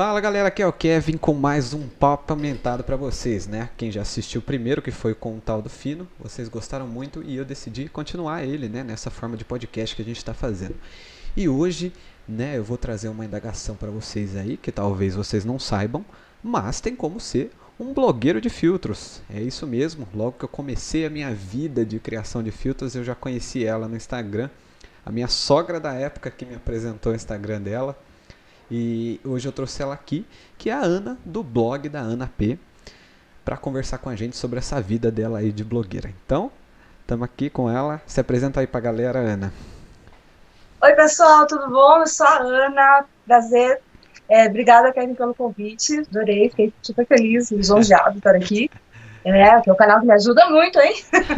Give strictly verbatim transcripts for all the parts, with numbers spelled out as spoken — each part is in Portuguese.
Fala galera, aqui é o Kevin com mais um papo aumentado pra vocês, né? Quem já assistiu o primeiro, que foi com o tal do Fino, vocês gostaram muito e eu decidi continuar ele, né? Nessa forma de podcast que a gente tá fazendo. E hoje, né, eu vou trazer uma indagação pra vocês aí, que talvez vocês não saibam, mas tem como ser um blogueiro de filtros. É isso mesmo, logo que eu comecei a minha vida de criação de filtros, eu já conheci ela no Instagram. A minha sogra da época que me apresentou o Instagram dela. E hoje eu trouxe ela aqui, que é a Ana, do blog da Ana P, para conversar com a gente sobre essa vida dela aí de blogueira. Então, estamos aqui com ela. Se apresenta aí pra galera, Ana. Oi, pessoal, tudo bom? Eu sou a Ana, prazer. É, obrigada, Kevin, pelo convite. Adorei, fiquei super feliz, lisonjeado de estar aqui. É, que é um canal que me ajuda muito, hein?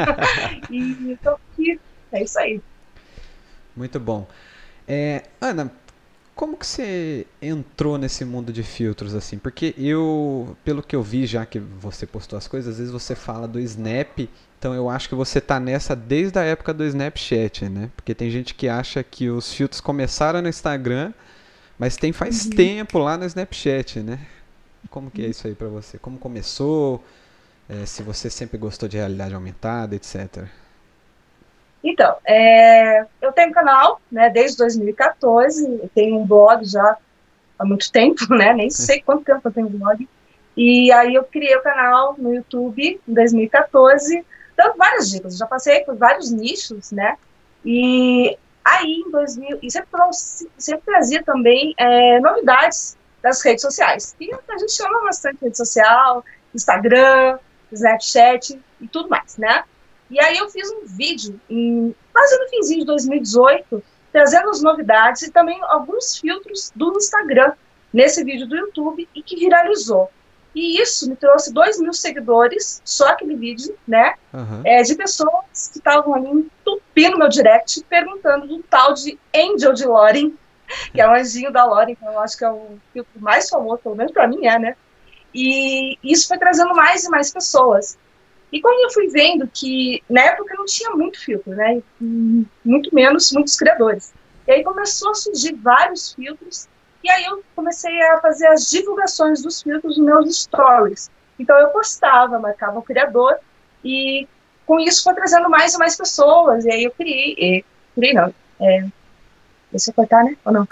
E estou aqui, é isso aí. Muito bom. É, Ana, como que você entrou nesse mundo de filtros assim? Porque eu, pelo que eu vi já que você postou as coisas, às vezes você fala do Snap, então eu acho que você tá nessa desde a época do Snapchat, né? Porque tem gente que acha que os filtros começaram no Instagram, mas tem faz Uhum. tempo lá no Snapchat, né? Como que é isso aí pra você? Como começou? É, se você sempre gostou de realidade aumentada, etcétera. Então, é, eu tenho um canal, né, desde dois mil e quatorze, eu tenho um blog já há muito tempo, né, nem sei quanto tempo eu tenho blog, e aí eu criei o canal no YouTube em dois mil e quatorze, dando várias dicas, eu já passei por vários nichos, né, e aí em dois mil, e sempre, trouxe- sempre trazia também é, novidades das redes sociais, que a gente chama bastante rede social, Instagram, Snapchat e tudo mais, né. E aí eu fiz um vídeo, em, quase no finzinho de dois mil e dezoito, trazendo as novidades e também alguns filtros do Instagram nesse vídeo do YouTube e que viralizou. E isso me trouxe dois mil seguidores, só aquele vídeo, né? Aham. É, de pessoas que estavam ali entupindo meu direct, perguntando do tal de Angel de Loren, que é o anjinho da Loren, que eu acho que é o filtro mais famoso, pelo menos para mim é, né? E isso foi trazendo mais e mais pessoas. E quando eu fui vendo que, na época, não tinha muito filtro, né? E muito menos muitos criadores. E aí começou a surgir vários filtros, e aí eu comecei a fazer as divulgações dos filtros nos meus stories. Então eu postava, marcava o criador, e com isso foi trazendo mais e mais pessoas, e aí eu criei, e, criei não, é, deixa eu cortar, né? Ou não?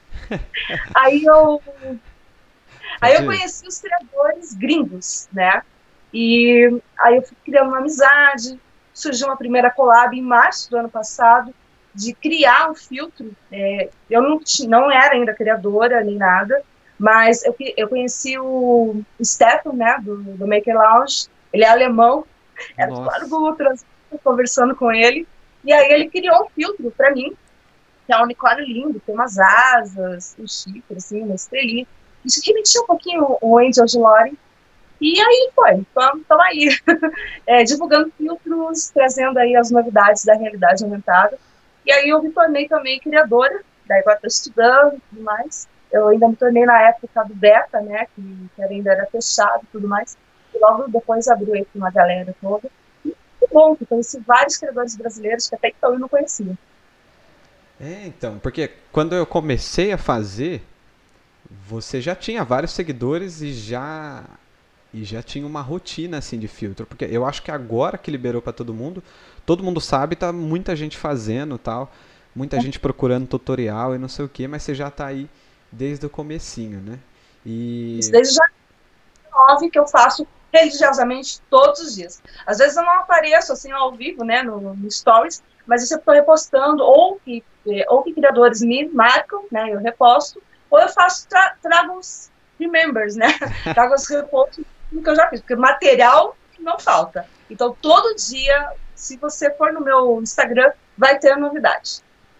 Aí eu Aí eu Pode ir. conheci os criadores gringos, né? E aí eu fui criando uma amizade, surgiu uma primeira collab em março do ano passado, de criar um filtro. É, eu não, ti- não era ainda criadora nem nada, mas eu, que- eu conheci o Stefan, né, do, do Maker Lounge, ele é alemão, era tipo lá no Nossa. Google Translate, conversando com ele, e aí ele criou um filtro para mim, que é um unicórnio lindo, tem umas asas, um chifre, assim, uma estrelinha. Isso remetia um pouquinho o Angel de Lore. E aí foi, estamos aí, é, divulgando filtros, trazendo aí as novidades da realidade aumentada. E aí eu me tornei também criadora, daí agora estou estudando e tudo mais. Eu ainda me tornei na época do beta, né, que, que ainda era fechado e tudo mais. E logo depois abriu aí para uma galera toda. E que bom, que eu conheci vários criadores brasileiros que até então eu não conhecia. É, então, porque quando eu comecei a fazer, você já tinha vários seguidores e já e já tinha uma rotina assim de filtro, porque eu acho que agora que liberou para todo mundo, todo mundo sabe, tá muita gente fazendo, tal, muita gente procurando tutorial e não sei o que, mas você já tá aí desde o comecinho, né? Isso E desde nove que eu faço religiosamente todos os dias. Às vezes eu não apareço assim ao vivo, né, no, no Stories, mas eu sempre estou repostando, ou que, ou que criadores me marcam, né, eu reposto, ou eu faço, tra trago os remembers, né, trago os repostos do que eu já fiz, porque material não falta. Então, todo dia, se você for no meu Instagram, vai ter novidade.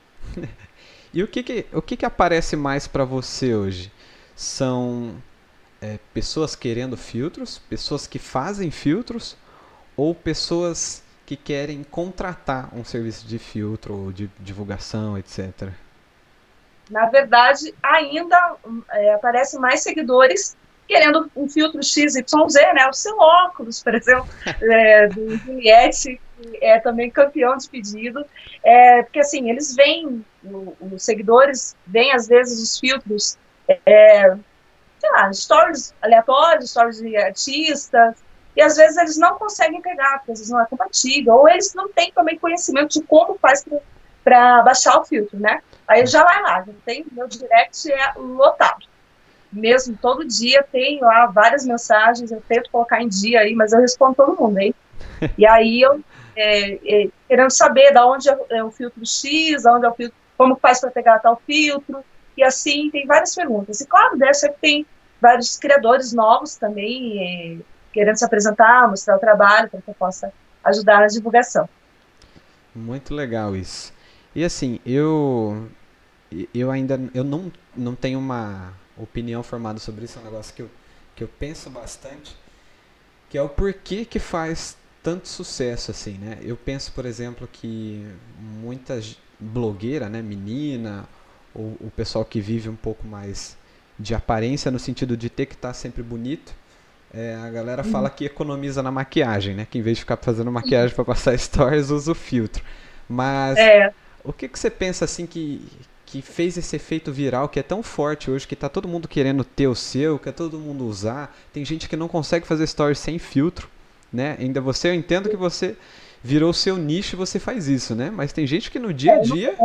e o que que, o que que aparece mais para você hoje? São é, pessoas querendo filtros, pessoas que fazem filtros ou pessoas que querem contratar um serviço de filtro ou de divulgação, etcétera. Na verdade, ainda é, aparecem mais seguidores querendo um filtro X Y Z, né? O seu óculos, por exemplo, é, do Juliette, que é também campeão de pedido. É, porque, assim, eles veem, o- os seguidores veem, às vezes, os filtros, sei lá, stories aleatórios, stories de artistas, e às vezes eles não conseguem pegar, porque às vezes não é compatível, ou eles não têm também conhecimento de como faz para baixar o filtro, né? Aí já vai lá, já tem, meu direct é lotado. Mesmo todo dia tem lá várias mensagens, eu tento colocar em dia aí, mas eu respondo todo mundo, hein? E aí eu, é, é, querendo saber da onde é o filtro X, da onde é o filtro, como faz para pegar tal filtro, e assim, tem várias perguntas. E claro, dessa tem vários criadores novos também, é, querendo se apresentar, mostrar o trabalho, para que eu possa ajudar na divulgação. Muito legal isso. E assim, eu eu ainda eu não, não tenho uma opinião formada sobre isso, é um negócio que eu, que eu penso bastante, que é o porquê que faz tanto sucesso assim, né? Eu penso, por exemplo, que muitas blogueiras, né, menina, ou o pessoal que vive um pouco mais de aparência, no sentido de ter que estar sempre bonito, é, a galera fala que economiza na maquiagem, né? Que em vez de ficar fazendo maquiagem para passar stories, usa o filtro. Mas É. o que, que você pensa assim que, que fez esse efeito viral que é tão forte hoje, que tá todo mundo querendo ter o seu, que é todo mundo usar? Tem gente que não consegue fazer stories sem filtro, né? Ainda você, eu entendo que você virou o seu nicho e você faz isso, né? Mas tem gente que no dia a dia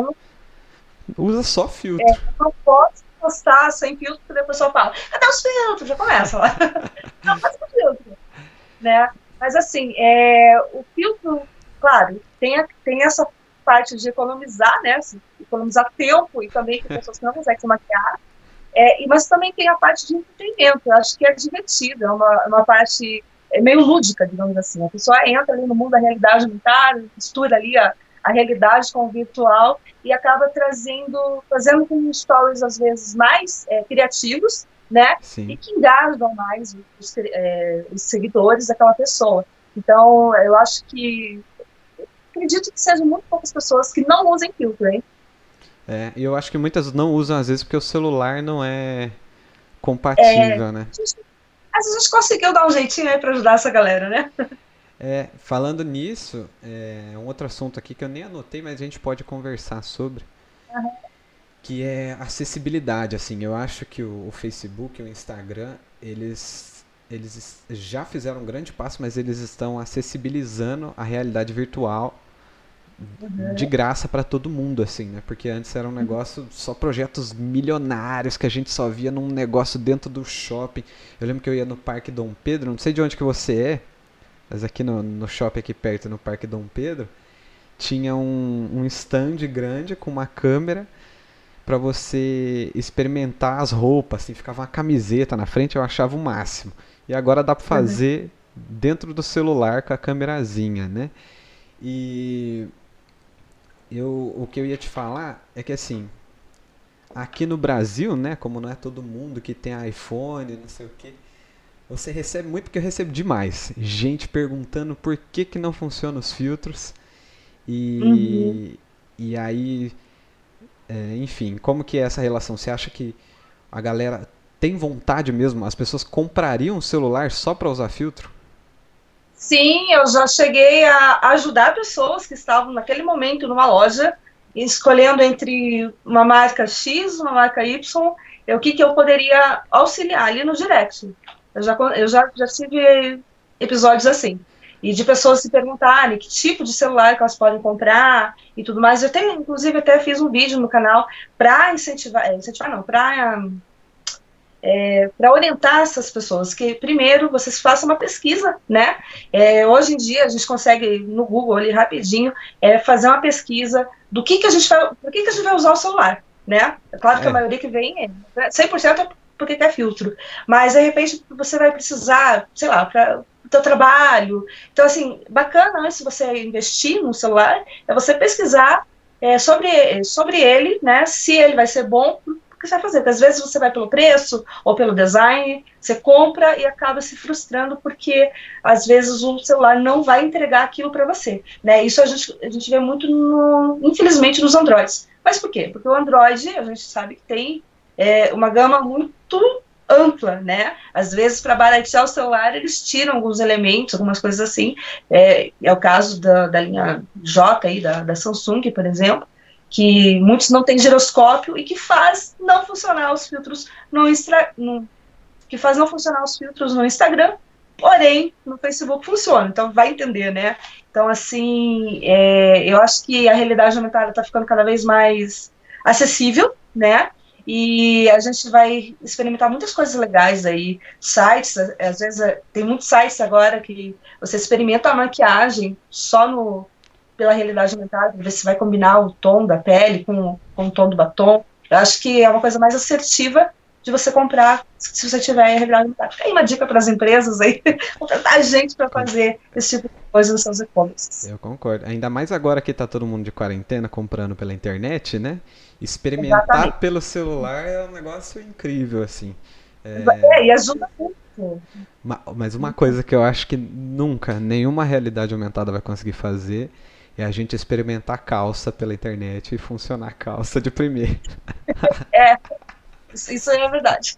usa só filtro. É, eu não posso postar sem filtro, porque o pessoal fala, cadê os filtros? Já começa lá. Não, faz com filtro. Né? Mas assim, é, o filtro, claro, tem, a, tem essa parte de economizar, né? Assim, economizar tempo, e também tem pessoas que não conseguem se maquiar. É, mas também tem a parte de entretenimento, eu acho que é divertido, é uma, uma parte é meio lúdica, digamos assim. A pessoa entra ali no mundo da realidade aumentada, mistura ali a, a realidade com o virtual e acaba trazendo, fazendo com stories às vezes mais é, criativos, né? Sim. E que engajam mais os, é, os seguidores daquela pessoa. Então, eu acho que, acredito que sejam muito poucas pessoas que não usem filtro, hein? É, e eu acho que muitas não usam às vezes porque o celular não é compatível, é, né? A gente, às vezes a gente conseguiu dar um jeitinho aí pra ajudar essa galera, né? É, falando nisso, é um outro assunto aqui que eu nem anotei, mas a gente pode conversar sobre, Uhum. que é acessibilidade, assim. Eu acho que o, o Facebook e o Instagram, eles, eles já fizeram um grande passo, mas eles estão acessibilizando a realidade virtual Uhum. de graça para todo mundo, assim, né? Porque antes era um negócio, só projetos milionários que a gente só via num negócio dentro do shopping. Eu lembro que eu ia no Parque Dom Pedro, não sei de onde que você é, mas aqui no, no shopping aqui perto, no Parque Dom Pedro, tinha um, um stand grande com uma câmera para você experimentar as roupas, assim, ficava uma camiseta na frente, eu achava o máximo. E agora dá para fazer uhum. dentro do celular com a câmerazinha, né? E eu, o que eu ia te falar é que assim, aqui no Brasil, né, como não é todo mundo que tem iPhone, não sei o que, você recebe muito, porque eu recebo demais, gente perguntando por que que não funcionam os filtros, e, uhum. e aí, é, enfim, como que é essa relação? Você acha que a galera tem vontade mesmo, as pessoas comprariam um celular só para usar filtro? Sim, eu já cheguei a ajudar pessoas que estavam naquele momento numa loja, escolhendo entre uma marca X, uma marca Y, e o que, que eu poderia auxiliar ali no direct. Eu já, eu já, já tive episódios assim, e de pessoas se perguntarem que tipo de celular que elas podem comprar e tudo mais. Eu até, inclusive, até fiz um vídeo no canal para incentivar, incentivar não, para... É, para orientar essas pessoas, que primeiro vocês façam uma pesquisa, né? É, hoje em dia a gente consegue no Google ali rapidinho é, fazer uma pesquisa do que que a gente vai, por que que a gente vai usar o celular, né? É claro que é. A maioria que vem é cem por cento é porque quer filtro, mas de repente você vai precisar, sei lá, para o teu trabalho. Então assim, bacana antes de você investir no celular é você pesquisar é, sobre sobre ele, né? Se ele vai ser bom que você vai fazer, porque às vezes você vai pelo preço ou pelo design, você compra e acaba se frustrando porque às vezes o celular não vai entregar aquilo para você, né? Isso a gente, a gente vê muito, no, infelizmente, nos Androids. Mas por quê? Porque o Android, a gente sabe que tem é, uma gama muito ampla, né? Às vezes, para baratear o celular, eles tiram alguns elementos, algumas coisas assim. É, é o caso da, da linha J aí, da, da Samsung, por exemplo, que muitos não têm giroscópio e que faz não funcionar os filtros no, extra, no, que faz não funcionar os filtros no Instagram, porém, no Facebook funciona, então vai entender, né? Então, assim, é, eu acho que a realidade aumentada está ficando cada vez mais acessível, né? E a gente vai experimentar muitas coisas legais aí, sites, às vezes tem muitos sites agora que você experimenta a maquiagem só no, pela realidade aumentada, ver se vai combinar o tom da pele com, com o tom do batom. Eu acho que é uma coisa mais assertiva de você comprar, se você tiver a realidade aumentada. Fica aí uma dica para as empresas aí, contratar gente para fazer esse tipo de coisa nos seus e-commerces. Eu concordo. Ainda mais agora que tá todo mundo de quarentena comprando pela internet, né? Experimentar Exatamente. pelo celular é um negócio incrível, assim. É, É, e ajuda muito. ma- mas uma coisa que eu acho que nunca nenhuma realidade aumentada vai conseguir fazer é a gente experimentar calça pela internet e funcionar calça de primeira. É, isso, isso é verdade.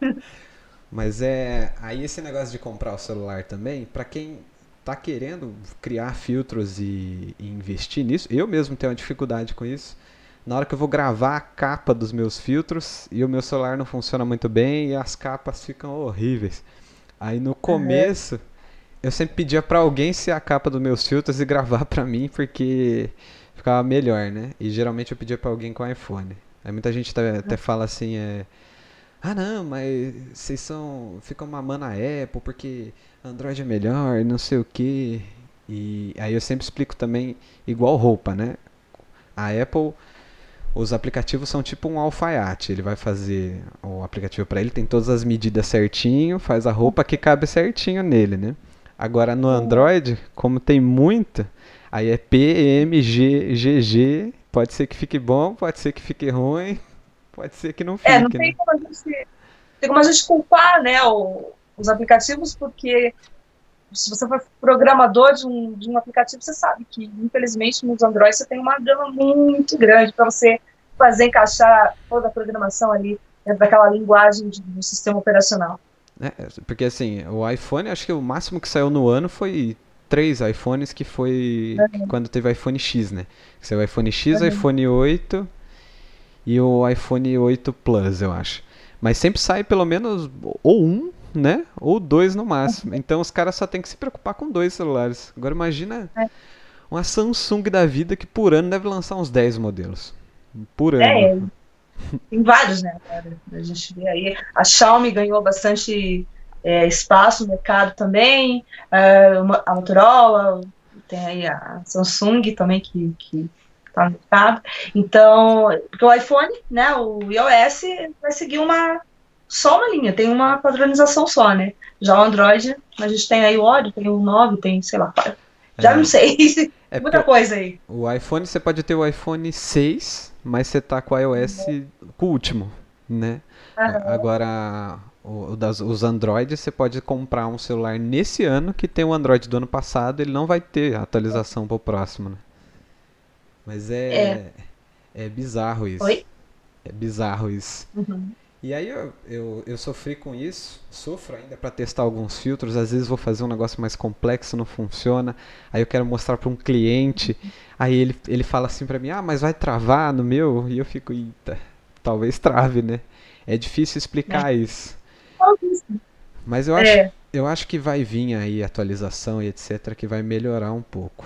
Mas é aí esse negócio de comprar o celular também, pra quem tá querendo criar filtros e, e investir nisso, eu mesmo tenho uma dificuldade com isso. Na hora que eu vou gravar a capa dos meus filtros e o meu celular não funciona muito bem e as capas ficam horríveis. Aí no Uhum. começo eu sempre pedia pra alguém ser a capa dos meus filtros e gravar pra mim porque ficava melhor, né? E geralmente eu pedia pra alguém com iPhone. Aí muita gente até, até fala assim, é, ah não, mas vocês são. Ficam mamando a Apple porque Android é melhor, não sei o que. E aí eu sempre explico também, igual roupa, né? A Apple, os aplicativos são tipo um alfaiate. Ele vai fazer o aplicativo para ele, tem todas as medidas certinho, faz a roupa que cabe certinho nele, né? Agora no Uhum. Android, como tem muita, aí é P, M, G, G G. Pode ser que fique bom, pode ser que fique ruim, pode ser que não É, não fique, tem né? como a gente, tem como a gente culpar, né, o- os aplicativos, porque se você for programador de um, de um aplicativo, você sabe que, infelizmente, nos Android você tem uma gama muito grande para você fazer encaixar toda a programação ali dentro daquela linguagem de- do sistema operacional. É, porque assim, o iPhone, acho que o máximo que saiu no ano foi três iPhones, que foi quando teve o iPhone X, né? Que saiu o iPhone X, o Uhum. iPhone oito e o iPhone oito Plus, eu acho. Mas sempre sai pelo menos ou um, né? Ou dois no máximo. Então os caras só tem que se preocupar com dois celulares. Agora imagina uma Samsung da vida que por ano deve lançar uns dez modelos. Por É, ano. é, tem vários, né, cara? A gente vê aí. A Xiaomi ganhou bastante é, espaço no mercado também, é, a Motorola, tem aí a Samsung também que, que tá no mercado. Então, porque o iPhone, né, o iOS vai seguir uma só uma linha, tem uma padronização só, né? Já o Android, a gente tem aí o Oreo, tem o nove, tem, sei lá, já não É, sei, é porque muita o, coisa aí. o iPhone, você pode ter o iPhone seis, mas você tá com o iOS com o último, né? É, Aham. agora, o, o das, os Androids, você pode comprar um celular nesse ano que tem o Android do ano passado, ele não vai ter atualização pro próximo, né? Mas É. é, é bizarro isso. Oi? É bizarro isso. Uhum. E aí eu, eu, eu sofri com isso, sofro ainda para testar alguns filtros, às vezes vou fazer um negócio mais complexo, não funciona, aí eu quero mostrar para um cliente, aí ele, ele fala assim para mim, ah, mas vai travar no meu? E eu fico, eita, talvez trave, né? É difícil explicar isso. Mas eu acho, É, eu acho que vai vir aí atualização e etc, que vai melhorar um pouco.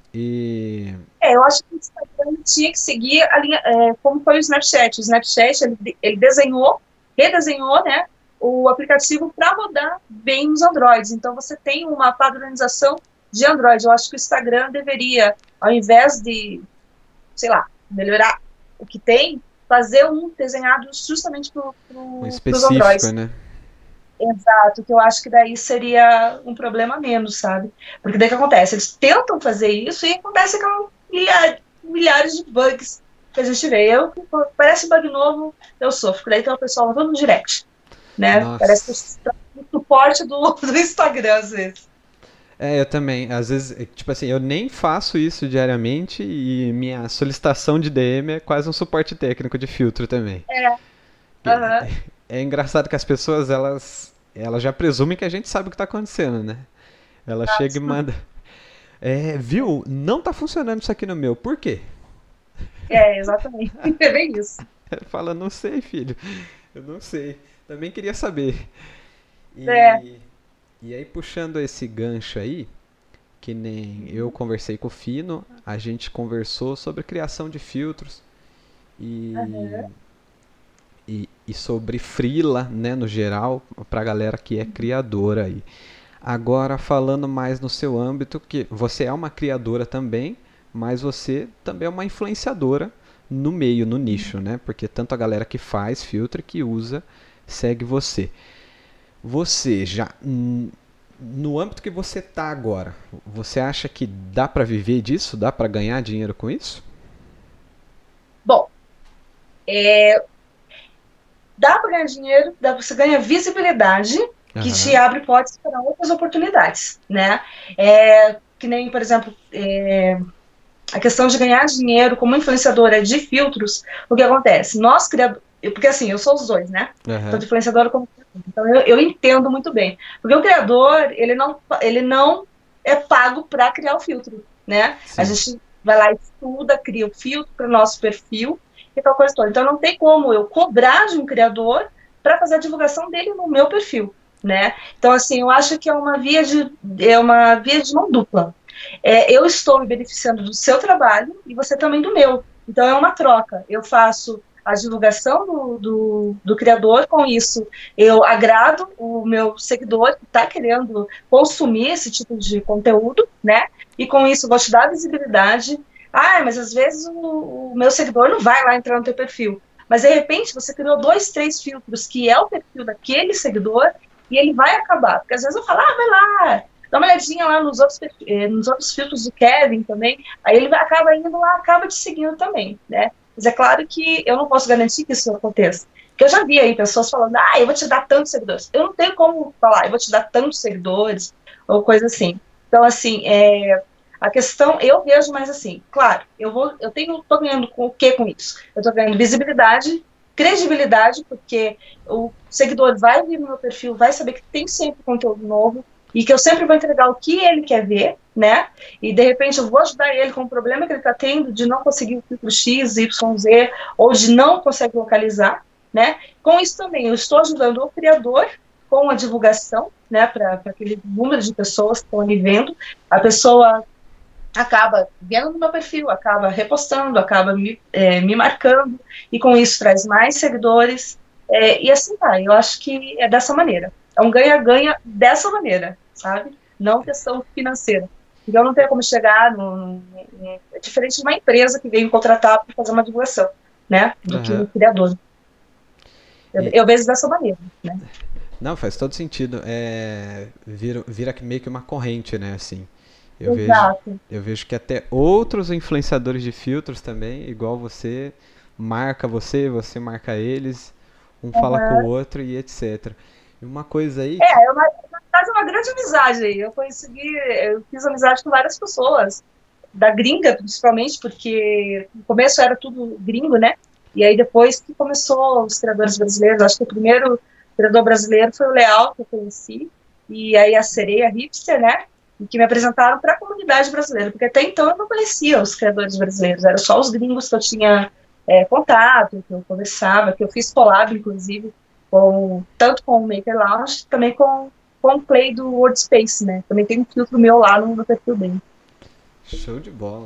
E é, eu acho que o Instagram tinha que seguir a linha, é, como foi o Snapchat. O Snapchat, ele, ele desenhou, redesenhou, né, o aplicativo para rodar bem nos Androids. Então, você tem uma padronização de Android. Eu acho que o Instagram deveria, ao invés de, sei lá, melhorar o que tem, fazer um desenhado justamente para um pro, os específico, Androids. né? Exato, que eu acho que daí seria um problema menos, sabe? Porque daí o que acontece? Eles tentam fazer isso e acontece com milhares, milhares de bugs que a gente vê. Eu, parece bug novo, eu sofro. Daí tem o pessoal todo no direct, né? Parece que eu Nossa. estou no suporte do, do Instagram, às vezes. É, eu também. Às vezes, é, tipo assim, eu nem faço isso diariamente e minha solicitação de D M é quase um suporte técnico de filtro também. É, aham, É engraçado que as pessoas, elas, elas já presumem que a gente sabe o que está acontecendo, né? Ela chega e manda, é, viu? Não tá funcionando isso aqui no meu. Por quê? é, exatamente. É bem isso. Fala, não sei, filho. Eu não sei. Também queria saber. É. E, e aí, puxando esse gancho aí, que nem eu conversei com o Fino, a gente conversou sobre criação de filtros e, Uhum. e, e sobre freela, né, no geral, pra galera que é criadora aí. Agora, falando mais no seu âmbito, que você é uma criadora também, mas você também é uma influenciadora no meio, no nicho, né? Porque tanto a galera que faz filtro que usa segue você. Você já hum, no âmbito que você tá agora, você acha que dá para viver disso? Dá para ganhar dinheiro com isso? Bom, é, dá para ganhar dinheiro, dá, você ganha visibilidade, que te Aham. abre portas para outras oportunidades, né? É, que nem, por exemplo, é, a questão de ganhar dinheiro como influenciadora de filtros, o que acontece? Nós criadores, porque assim, eu sou os dois, né? Tanto Aham. influenciadora como criadora. Então eu, eu entendo muito bem. Porque o criador, ele não, ele não é pago para criar o filtro, né? A Sim. gente vai lá, estuda, cria o filtro para o nosso perfil e tal coisa toda. Então não tem como eu cobrar de um criador para fazer a divulgação dele no meu perfil, né? Então assim, eu acho que é uma via de, é uma via de mão dupla. É, eu estou me beneficiando do seu trabalho e você também do meu. Então é uma troca. Eu faço a divulgação do, do, do criador, com isso eu agrado o meu seguidor que está querendo consumir esse tipo de conteúdo, né? E com isso vou te dar visibilidade. Ah, mas às vezes o, o meu seguidor não vai lá entrar no teu perfil. Mas de repente você criou dois, três filtros que é o perfil daquele seguidor e ele vai acabar. Porque às vezes eu falo, ah, vai lá, dá uma olhadinha lá nos outros, eh, nos outros filtros do Kevin também, aí ele acaba indo lá, acaba te seguindo também, né? Mas é claro que eu não posso garantir que isso aconteça. Porque eu já vi aí pessoas falando, ah, eu vou te dar tantos seguidores. Eu não tenho como falar, eu vou te dar tantos seguidores, ou coisa assim. Então, assim, é, a questão, eu vejo mais assim, claro, eu vou, eu tenho, tô ganhando com o que com isso? Eu tô ganhando visibilidade, credibilidade, porque o seguidor vai vir no meu perfil, vai saber que tem sempre conteúdo novo, e que eu sempre vou entregar o que ele quer ver, né? E de repente eu vou ajudar ele com o problema que ele está tendo de não conseguir o filtro X, Y, Z, ou de não conseguir localizar, né? Com isso também eu estou ajudando o criador com a divulgação, né? Para aquele número de pessoas que estão ali vendo, a pessoa acaba vendo no meu perfil, acaba repostando, acaba me, é, me marcando, e com isso traz mais seguidores, é, e assim vai. Eu acho que é dessa maneira. É um ganha-ganha dessa maneira, sabe? Não questão financeira. Então eu não tenho como chegar no, no, no, é diferente de uma empresa que veio me contratar para fazer uma divulgação, né? Do que Aham. o criador. Eu, E, eu vejo dessa maneira, né? não, faz todo sentido. É, vira, vira meio que uma corrente, né? Assim, eu vejo, Exato. eu vejo que até outros influenciadores de filtros também, igual você, marca você, você marca eles, um fala com o Uhum. outro e etcétera. E uma coisa aí que. É, é uma, na verdade, é uma grande amizade aí. Eu consegui, eu fiz amizade com várias pessoas, da gringa, principalmente, porque no começo era tudo gringo, né? E aí depois que começou os criadores brasileiros, acho que o primeiro criador brasileiro foi o Leal, que eu conheci, e aí a Sereia Hipster, né? E que me apresentaram para a comunidade brasileira, porque até então eu não conhecia os criadores brasileiros, eram só os gringos que eu tinha é, contato, que eu conversava, que eu fiz collab, inclusive, com, tanto com o Maker Lounge, também com, com o Play do Wordspace, né? Também tem um filtro meu lá no, no perfil dele. Show de bola.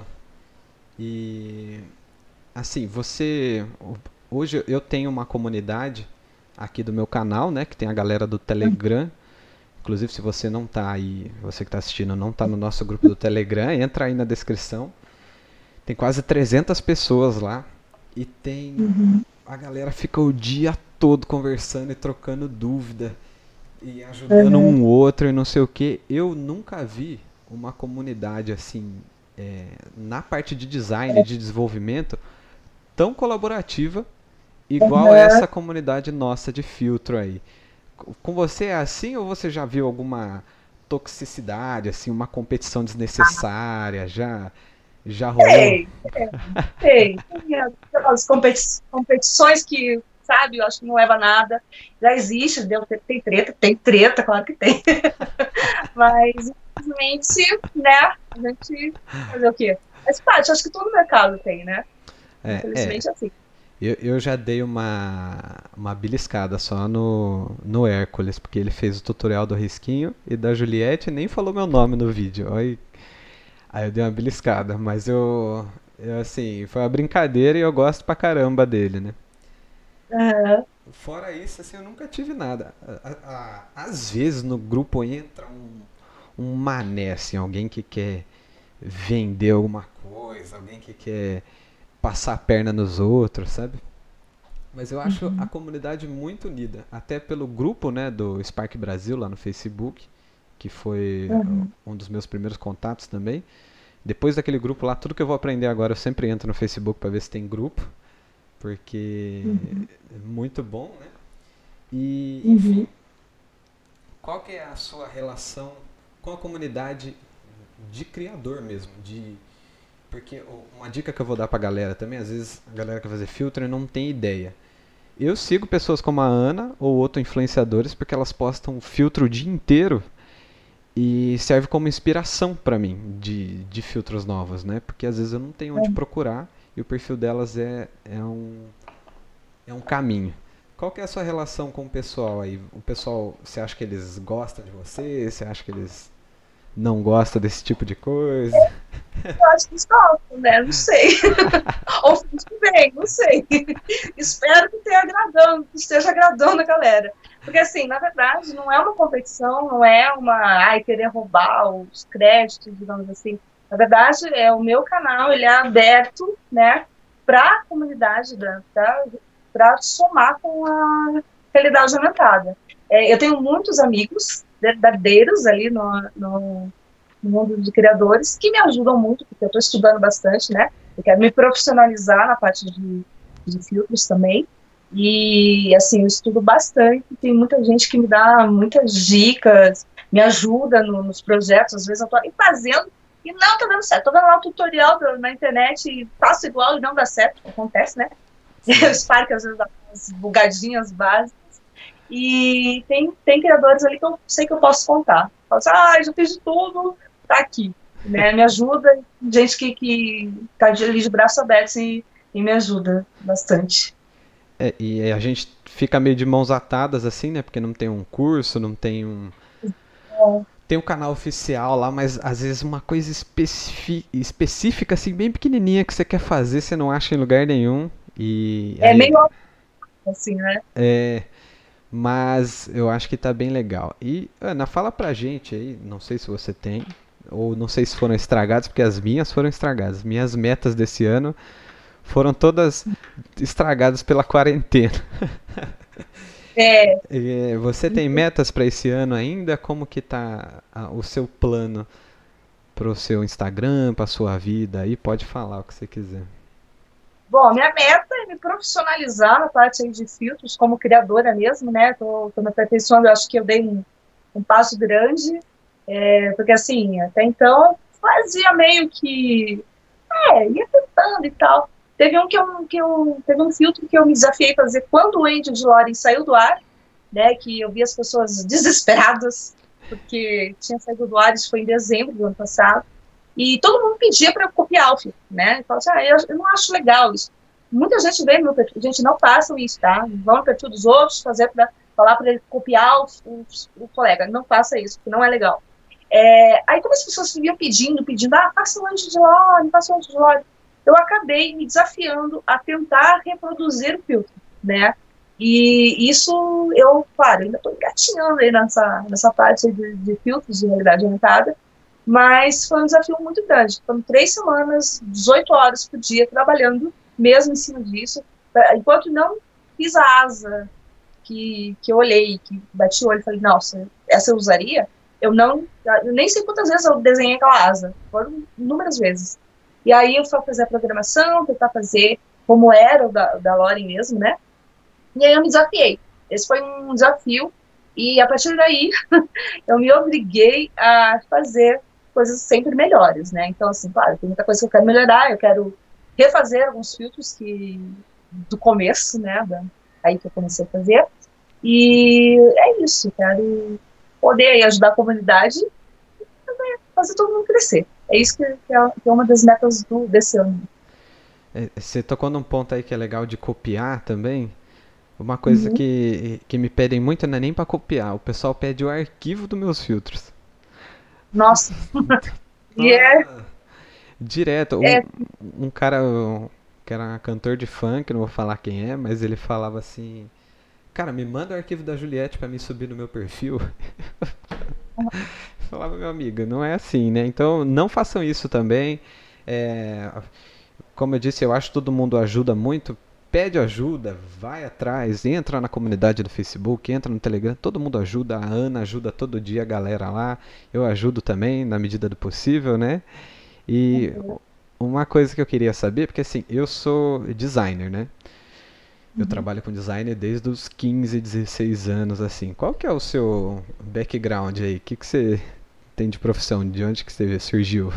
E assim, você. Hoje eu tenho uma comunidade aqui do meu canal, né? Que tem a galera do Telegram. Inclusive, se você não tá aí, você que está assistindo, não tá no nosso grupo do Telegram, entra aí na descrição. Tem quase trezentas pessoas lá. E tem. Uhum. A galera fica o dia todo conversando e trocando dúvida. E ajudando Uhum. um outro e não sei o que. Eu nunca vi uma comunidade assim. É, na parte de design, de desenvolvimento, tão colaborativa igual Uhum. essa comunidade nossa de filtro aí. Com você é assim ou você já viu alguma toxicidade, assim, uma competição desnecessária? Já, já rolou? Sei, sei. Tem aquelas competi competições que, sabe, eu acho que não leva a nada. Já existe, deu, tem treta, tem treta, claro que tem. Mas, infelizmente, né, a gente fazer o quê? Faz parte, acho que todo mercado tem, né? É, é. Infelizmente, é assim. Eu, eu já dei uma, uma beliscada só no, no Hércules, porque ele fez o tutorial do risquinho e da Juliette e nem falou meu nome no vídeo. Aí, aí eu dei uma beliscada, mas eu, eu, assim, foi uma brincadeira e eu gosto pra caramba dele, né? Aham. Fora isso, assim, eu nunca tive nada. A- a- a- Às vezes no grupo entra um, um mané, assim, alguém que quer vender alguma coisa, alguém que quer passar a perna nos outros, sabe? Mas eu acho a Uhum. comunidade muito unida, até pelo grupo, né, do Spark Brasil lá no Facebook, que foi Uhum. um dos meus primeiros contatos também. Depois daquele grupo lá, tudo que eu vou aprender agora eu sempre entro no Facebook para ver se tem grupo, porque Uhum. é muito bom, né? E, enfim, Uhum. qual que é a sua relação com a comunidade de criador mesmo, de porque uma dica que eu vou dar pra galera também, às vezes a galera quer fazer filtro e não tem ideia. Eu sigo pessoas como a Ana ou outros influenciadores porque elas postam filtro o dia inteiro e serve como inspiração pra mim de, de filtros novos, né? Porque às vezes eu não tenho onde Uhum. procurar e o perfil delas é, é, um, é um caminho. Qual que é a sua relação com o pessoal aí? O pessoal, você acha que eles gostam de você? Você acha que eles não gostam desse tipo de coisa? Eu acho que gostam, né? Não sei. Ou finge que bem, não sei. Espero que esteja agradando, que esteja agradando a galera. Porque, assim, na verdade, não é uma competição, não é uma, ai, querer roubar os créditos, digamos assim. Na verdade, é o meu canal, ele é aberto, né, para a comunidade, para somar com a realidade aumentada. É, eu tenho muitos amigos verdadeiros ali no, no, no mundo de criadores que me ajudam muito, porque eu estou estudando bastante, né? Eu quero me profissionalizar na parte de, de filtros também. E, assim, eu estudo bastante. Tem muita gente que me dá muitas dicas, me ajuda no, nos projetos. Às vezes eu estou ali fazendo e não está dando certo. Estou vendo lá o tutorial do, na internet e faço igual e não dá certo. Acontece, né? Sim. O Spark às vezes dá umas bugadinhas básicas. E tem, tem criadores ali que eu sei que eu posso contar. Falo assim, ah, já fiz de tudo, tá aqui. Né? Me ajuda, gente que, que tá ali de braço aberto e, e me ajuda bastante. É, e a gente fica meio de mãos atadas assim, né? Porque não tem um curso, não tem um. Tem um canal oficial lá, mas às vezes uma coisa especi- específica, assim, bem pequenininha que você quer fazer, você não acha em lugar nenhum. E É aí. meio assim, né? É. Mas eu acho que tá bem legal. E, Ana, fala pra gente aí, não sei se você tem, ou não sei se foram estragadas, porque as minhas foram estragadas. Minhas metas desse ano foram todas estragadas pela quarentena. É, E, você tem metas para esse ano ainda? Como que tá ah, o seu plano pro seu Instagram, pra sua vida aí? Pode falar o que você quiser. bom, minha meta é me profissionalizar na parte aí de filtros, como criadora mesmo, né? Tô, tô me aperfeiçoando, eu acho que eu dei um, um passo grande, é, porque assim, até então fazia meio que é, ia tentando e tal. Teve um que eu, que eu teve um filtro que eu me desafiei a fazer quando o Angel de Lore saiu do ar, né? Que eu vi as pessoas desesperadas, porque tinha saído do ar, isso foi em dezembro do ano passado, e todo mundo pedia para eu copiar o filtro, né? Eu falava assim, ah, eu, eu não acho legal isso. Muita gente vê no meu perfil, gente, não façam isso, tá? Vão no perfil dos outros, fazer para falar para ele copiar o, o, o colega. Não faça isso, porque não é legal. É, aí, como as pessoas vinham pedindo, pedindo, ah, faça um Anjo de Lore, faça um Anjo de Lore, eu acabei me desafiando a tentar reproduzir o filtro, né? E isso, eu, claro, ainda estou engatinhando aí nessa, nessa parte de, de filtros de realidade aumentada, mas foi um desafio muito grande. Foram três semanas, dezoito horas por dia, trabalhando mesmo em cima disso, enquanto não fiz a asa que, que eu olhei, que bati o olho e falei, nossa, essa eu usaria, eu não, eu nem sei quantas vezes eu desenhei aquela asa, foram inúmeras vezes. E aí eu fui fazer a programação, tentar fazer como era o da, da Lore mesmo, né? E aí eu me desafiei. Esse foi um desafio, e a partir daí eu me obriguei a fazer coisas sempre melhores, né? Então, assim, claro, tem muita coisa que eu quero melhorar, eu quero refazer alguns filtros que do começo, né? Da, aí que eu comecei a fazer. E é isso, quero poder aí ajudar a comunidade e fazer todo mundo crescer. É isso que é, que é uma das metas do, desse ano. Você tocou num ponto aí que é legal de copiar também. Uma coisa Uhum. que, que me pedem muito não é nem para copiar, o pessoal pede o arquivo dos meus filtros. Nossa, e é, Ah, direto, um, é, um cara um, que era cantor de funk, não vou falar quem é, mas ele falava assim: Cara, me manda o arquivo da Juliette pra me subir no meu perfil. Falava, meu amigo, não é assim, né? Então não façam isso também. É, como eu disse, eu acho que todo mundo ajuda muito. Pede ajuda, vai atrás, entra na comunidade do Facebook, entra no Telegram, todo mundo ajuda. A Ana ajuda todo dia a galera lá. Eu ajudo também, na medida do possível, né? E uma coisa que eu queria saber, porque assim, eu sou designer, né? Eu uhum. trabalho com design desde os quinze, dezesseis anos, assim. Qual que é o seu background aí? O que, que você tem de profissão? De onde que você surgiu?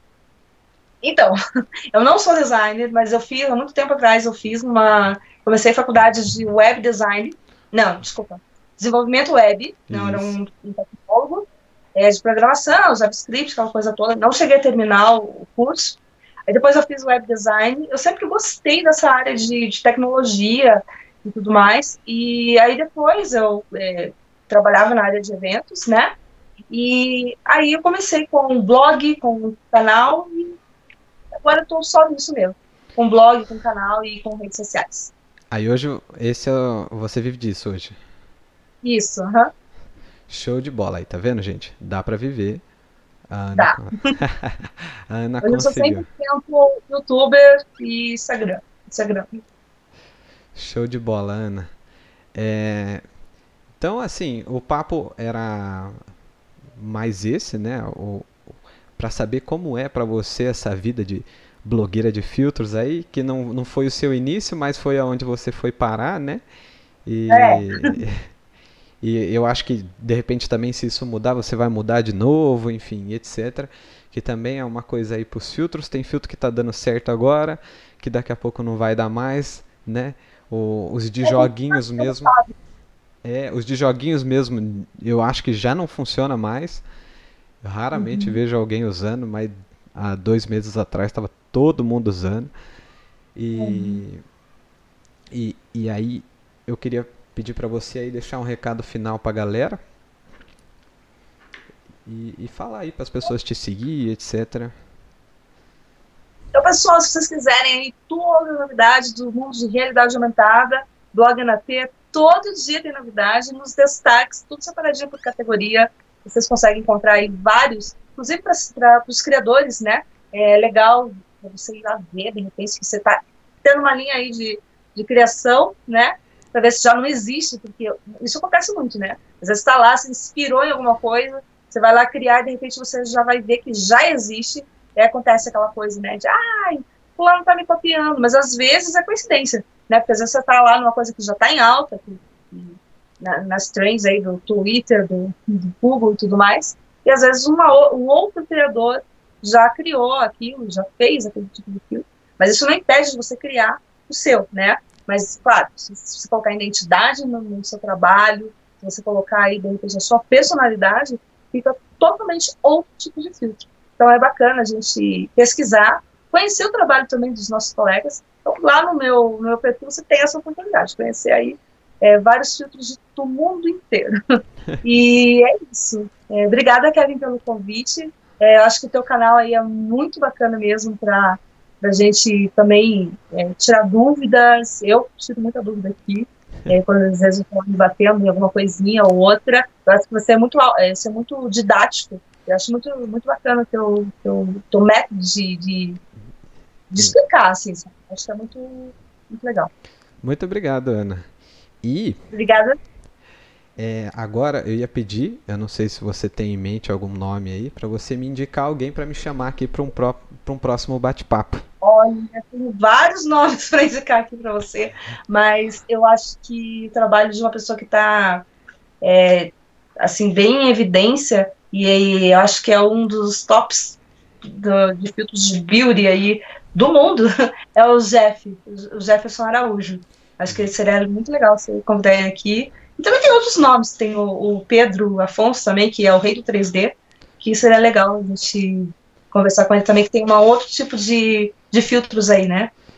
Então, eu não sou designer, mas eu fiz, há muito tempo atrás, eu fiz uma, comecei faculdade de web design, não, desculpa, desenvolvimento web, não, era Isso. um, um tecnólogo, é, de programação, JavaScript, aquela coisa toda, não cheguei a terminar o curso, aí depois eu fiz web design, eu sempre gostei dessa área de, de tecnologia e tudo mais, e aí depois eu é, trabalhava na área de eventos, né, e aí eu comecei com um blog, com um canal, agora eu tô só nisso mesmo. Com blog, com canal e com redes sociais. Aí hoje, esse é o- você vive disso hoje. Isso, aham, Show de bola aí, tá vendo, gente? Dá pra viver. A Ana, dá. con- a Ana Hoje eu sou conseguiu. cem por cento youtuber e Instagram. Instagram. Show de bola, Ana. É, então, assim, o papo era mais esse, né? O, para saber como é para você essa vida de blogueira de filtros aí, que não, não foi o seu início, mas foi aonde você foi parar, né? É, E, e eu acho que de repente também se isso mudar, você vai mudar de novo, enfim, etcétera. Que também é uma coisa aí para os filtros. Tem filtro que está dando certo agora, que daqui a pouco não vai dar mais, né? O, os de é bem joguinhos mesmo, é, os de joguinhos mesmo, eu acho que já não funciona mais. Eu raramente uhum. vejo alguém usando, mas há dois meses atrás estava todo mundo usando. Uhum. E, e, e aí eu queria pedir para você aí deixar um recado final para a galera e, e falar aí para as pessoas te seguir, etcétera. Então, pessoal, se vocês quiserem aí todas as novidades do mundo de realidade aumentada, blog N A T, todo dia tem novidade, nos destaques, tudo separadinho por categoria. Vocês conseguem encontrar aí vários, inclusive para os criadores, né? É legal para você ir lá ver, de repente, se você está tendo uma linha aí de, de criação, né? Para ver se já não existe, porque isso acontece muito, né? Às vezes está lá, se inspirou em alguma coisa, você vai lá criar e de repente você já vai ver que já existe. E acontece aquela coisa, né, de, ai, fulano tá me copiando, mas às vezes é coincidência, né, porque às vezes você tá lá numa coisa que já tá em alta, que, que, na, nas trends aí do Twitter, do, do Google e tudo mais, e às vezes uma, um outro criador já criou aquilo, já fez aquele tipo de filme, mas isso não impede de você criar o seu, né, mas, claro, se, se você colocar identidade no, no seu trabalho, se você colocar aí, de repente, a sua personalidade, fica totalmente outro tipo de filtro. Então é bacana a gente pesquisar, conhecer o trabalho também dos nossos colegas. Então lá no meu, no meu perfil você tem essa oportunidade de conhecer aí é, vários filtros do mundo inteiro. E é isso. É, obrigada, Kevin, pelo convite. É, eu acho que o teu canal aí é muito bacana mesmo para a gente também é, tirar dúvidas. Eu tiro muita dúvida aqui. É, quando às vezes eu estou me batendo em alguma coisinha ou outra, eu acho que você é muito, é, você é muito didático. Eu acho muito, muito bacana o teu, teu, teu método de, de, de explicar, assim, sabe? Acho que é muito, muito legal. Muito obrigado, Ana. E Obrigada. é, agora eu ia pedir, eu não sei se você tem em mente algum nome aí, para você me indicar alguém para me chamar aqui para um, pró- pra um próximo bate-papo. Olha, tenho vários nomes para indicar aqui para você, mas eu acho que o trabalho de uma pessoa que está, é, assim, bem em evidência, e aí eu acho que é um dos tops do, de filtros de beauty aí do mundo, é o Jeff, o Jefferson Araújo. Acho que seria muito legal você convidar ele aqui. E também tem outros nomes, tem o, o Pedro Afonso também, que é o rei do três D, que seria legal a gente conversar com ele também, que tem um outro tipo de, de filtros aí, né?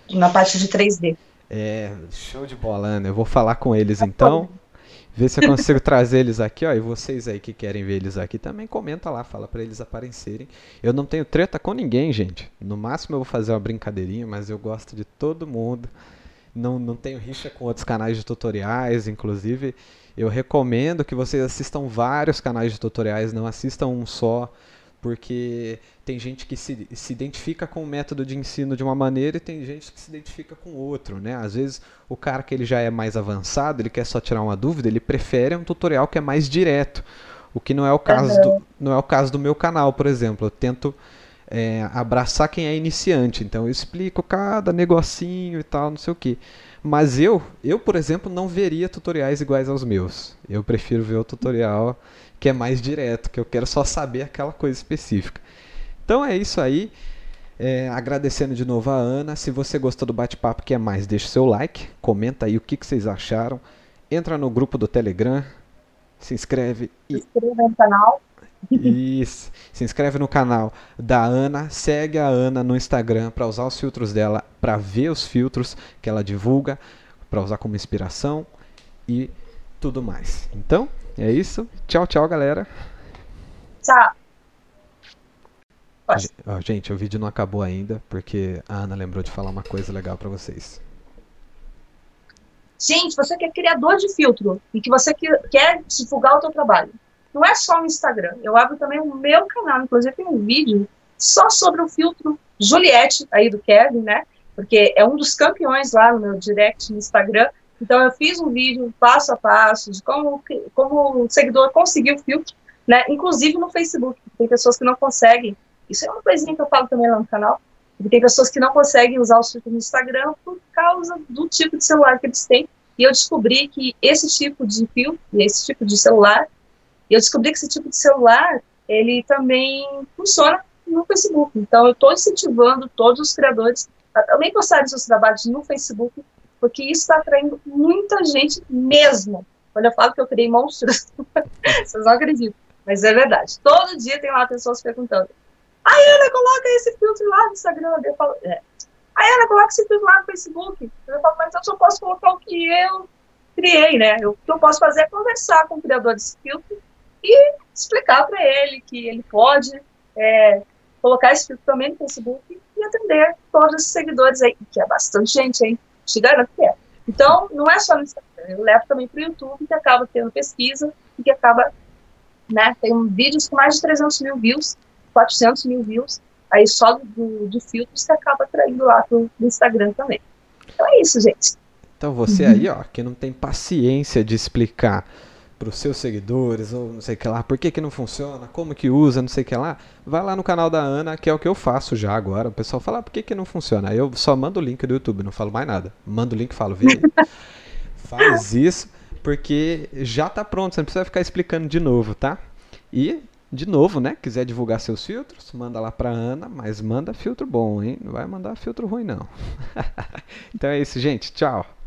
na parte de três D. É, show de bola, Ana. Eu vou falar com eles então. Ver se eu consigo trazer eles aqui, ó. E vocês aí que querem ver eles aqui também comenta lá, fala pra eles aparecerem. Eu não tenho treta com ninguém, gente. No máximo eu vou fazer uma brincadeirinha, mas eu gosto de todo mundo. Não, não tenho rixa com outros canais de tutoriais, inclusive eu recomendo que vocês assistam vários canais de tutoriais, não assistam um só, porque tem gente que se, se identifica com o método de ensino de uma maneira e tem gente que se identifica com outro, né? Às vezes o cara que ele já é mais avançado, ele quer só tirar uma dúvida, ele prefere um tutorial que é mais direto, o que não é o caso do, Uhum. não é o caso do meu canal, por exemplo. Eu tento é, abraçar quem é iniciante, então eu explico cada negocinho e tal, não sei o que. Mas eu, eu, por exemplo, não veria tutoriais iguais aos meus. Eu prefiro ver o tutorial que é mais direto, que eu quero só saber aquela coisa específica. Então é isso aí. É, agradecendo de novo a Ana. Se você gostou do bate-papo, quer mais, deixa o seu like. Comenta aí o que, que vocês acharam. Entra no grupo do Telegram. Se inscreve Se e inscreva no canal. isso. Se inscreve no canal da Ana, segue a Ana no Instagram para usar os filtros dela, para ver os filtros que ela divulga, para usar como inspiração e tudo mais. Então, é isso. Tchau, tchau, galera. Tchau. Ge- ó, Gente, o vídeo não acabou ainda porque a Ana lembrou de falar uma coisa legal para vocês. Gente, você que é criador de filtro e que você que- quer divulgar o teu trabalho, não é só o Instagram. Eu abro também o meu canal, inclusive tem um vídeo só sobre o filtro Juliette, aí do Kevin, né? Porque é um dos campeões lá no meu direct no Instagram. Então eu fiz um vídeo passo a passo de como, que- como o seguidor conseguiu o filtro, né? Inclusive no Facebook. Tem pessoas que não conseguem. Isso é uma coisinha que eu falo também lá no canal. Porque tem pessoas que não conseguem usar os filtros no Instagram por causa do tipo de celular que eles têm. E eu descobri que esse tipo de filtro, esse tipo de celular, eu descobri que esse tipo de celular, ele também funciona no Facebook. Então, eu estou incentivando todos os criadores a também postarem seus trabalhos no Facebook, porque isso está atraindo muita gente mesmo. Quando eu falo que eu criei monstros, vocês não acreditam, mas é verdade. Todo dia tem lá pessoas perguntando: ai, Ana, coloca esse filtro lá no Instagram. Eu falo, é. Ai, Ana, coloca esse filtro lá no Facebook. Eu falo, mas eu só posso colocar o que eu criei, né? Eu- O que eu posso fazer é conversar com o criador desse filtro e explicar para ele que ele pode é, colocar esse filtro também no Facebook e atender todos os seguidores aí, que é bastante gente, hein? Te garanto que é. Então, não é só no Instagram, eu levo também para o YouTube, que acaba tendo pesquisa e que acaba, né, tem um vídeos com mais de trezentos mil views, quatrocentos mil views, aí só do, do filtros que acaba atraindo lá pro, pro Instagram também. Então é isso, gente. Então você aí, ó, que não tem paciência de explicar para os seus seguidores ou não sei o que lá, por que que não funciona, como que usa, não sei o que lá, vai lá no canal da Ana, que é o que eu faço já agora. O pessoal fala, ah, por que que não funciona? Aí eu só mando o link do YouTube, não falo mais nada. Mando o link e falo, vê aí. Faz isso, porque já tá pronto, você não precisa ficar explicando de novo, tá? E, de novo, né, quiser divulgar seus filtros, manda lá pra Ana, mas manda filtro bom, hein? Não vai mandar filtro ruim, não. Então é isso, gente. Tchau.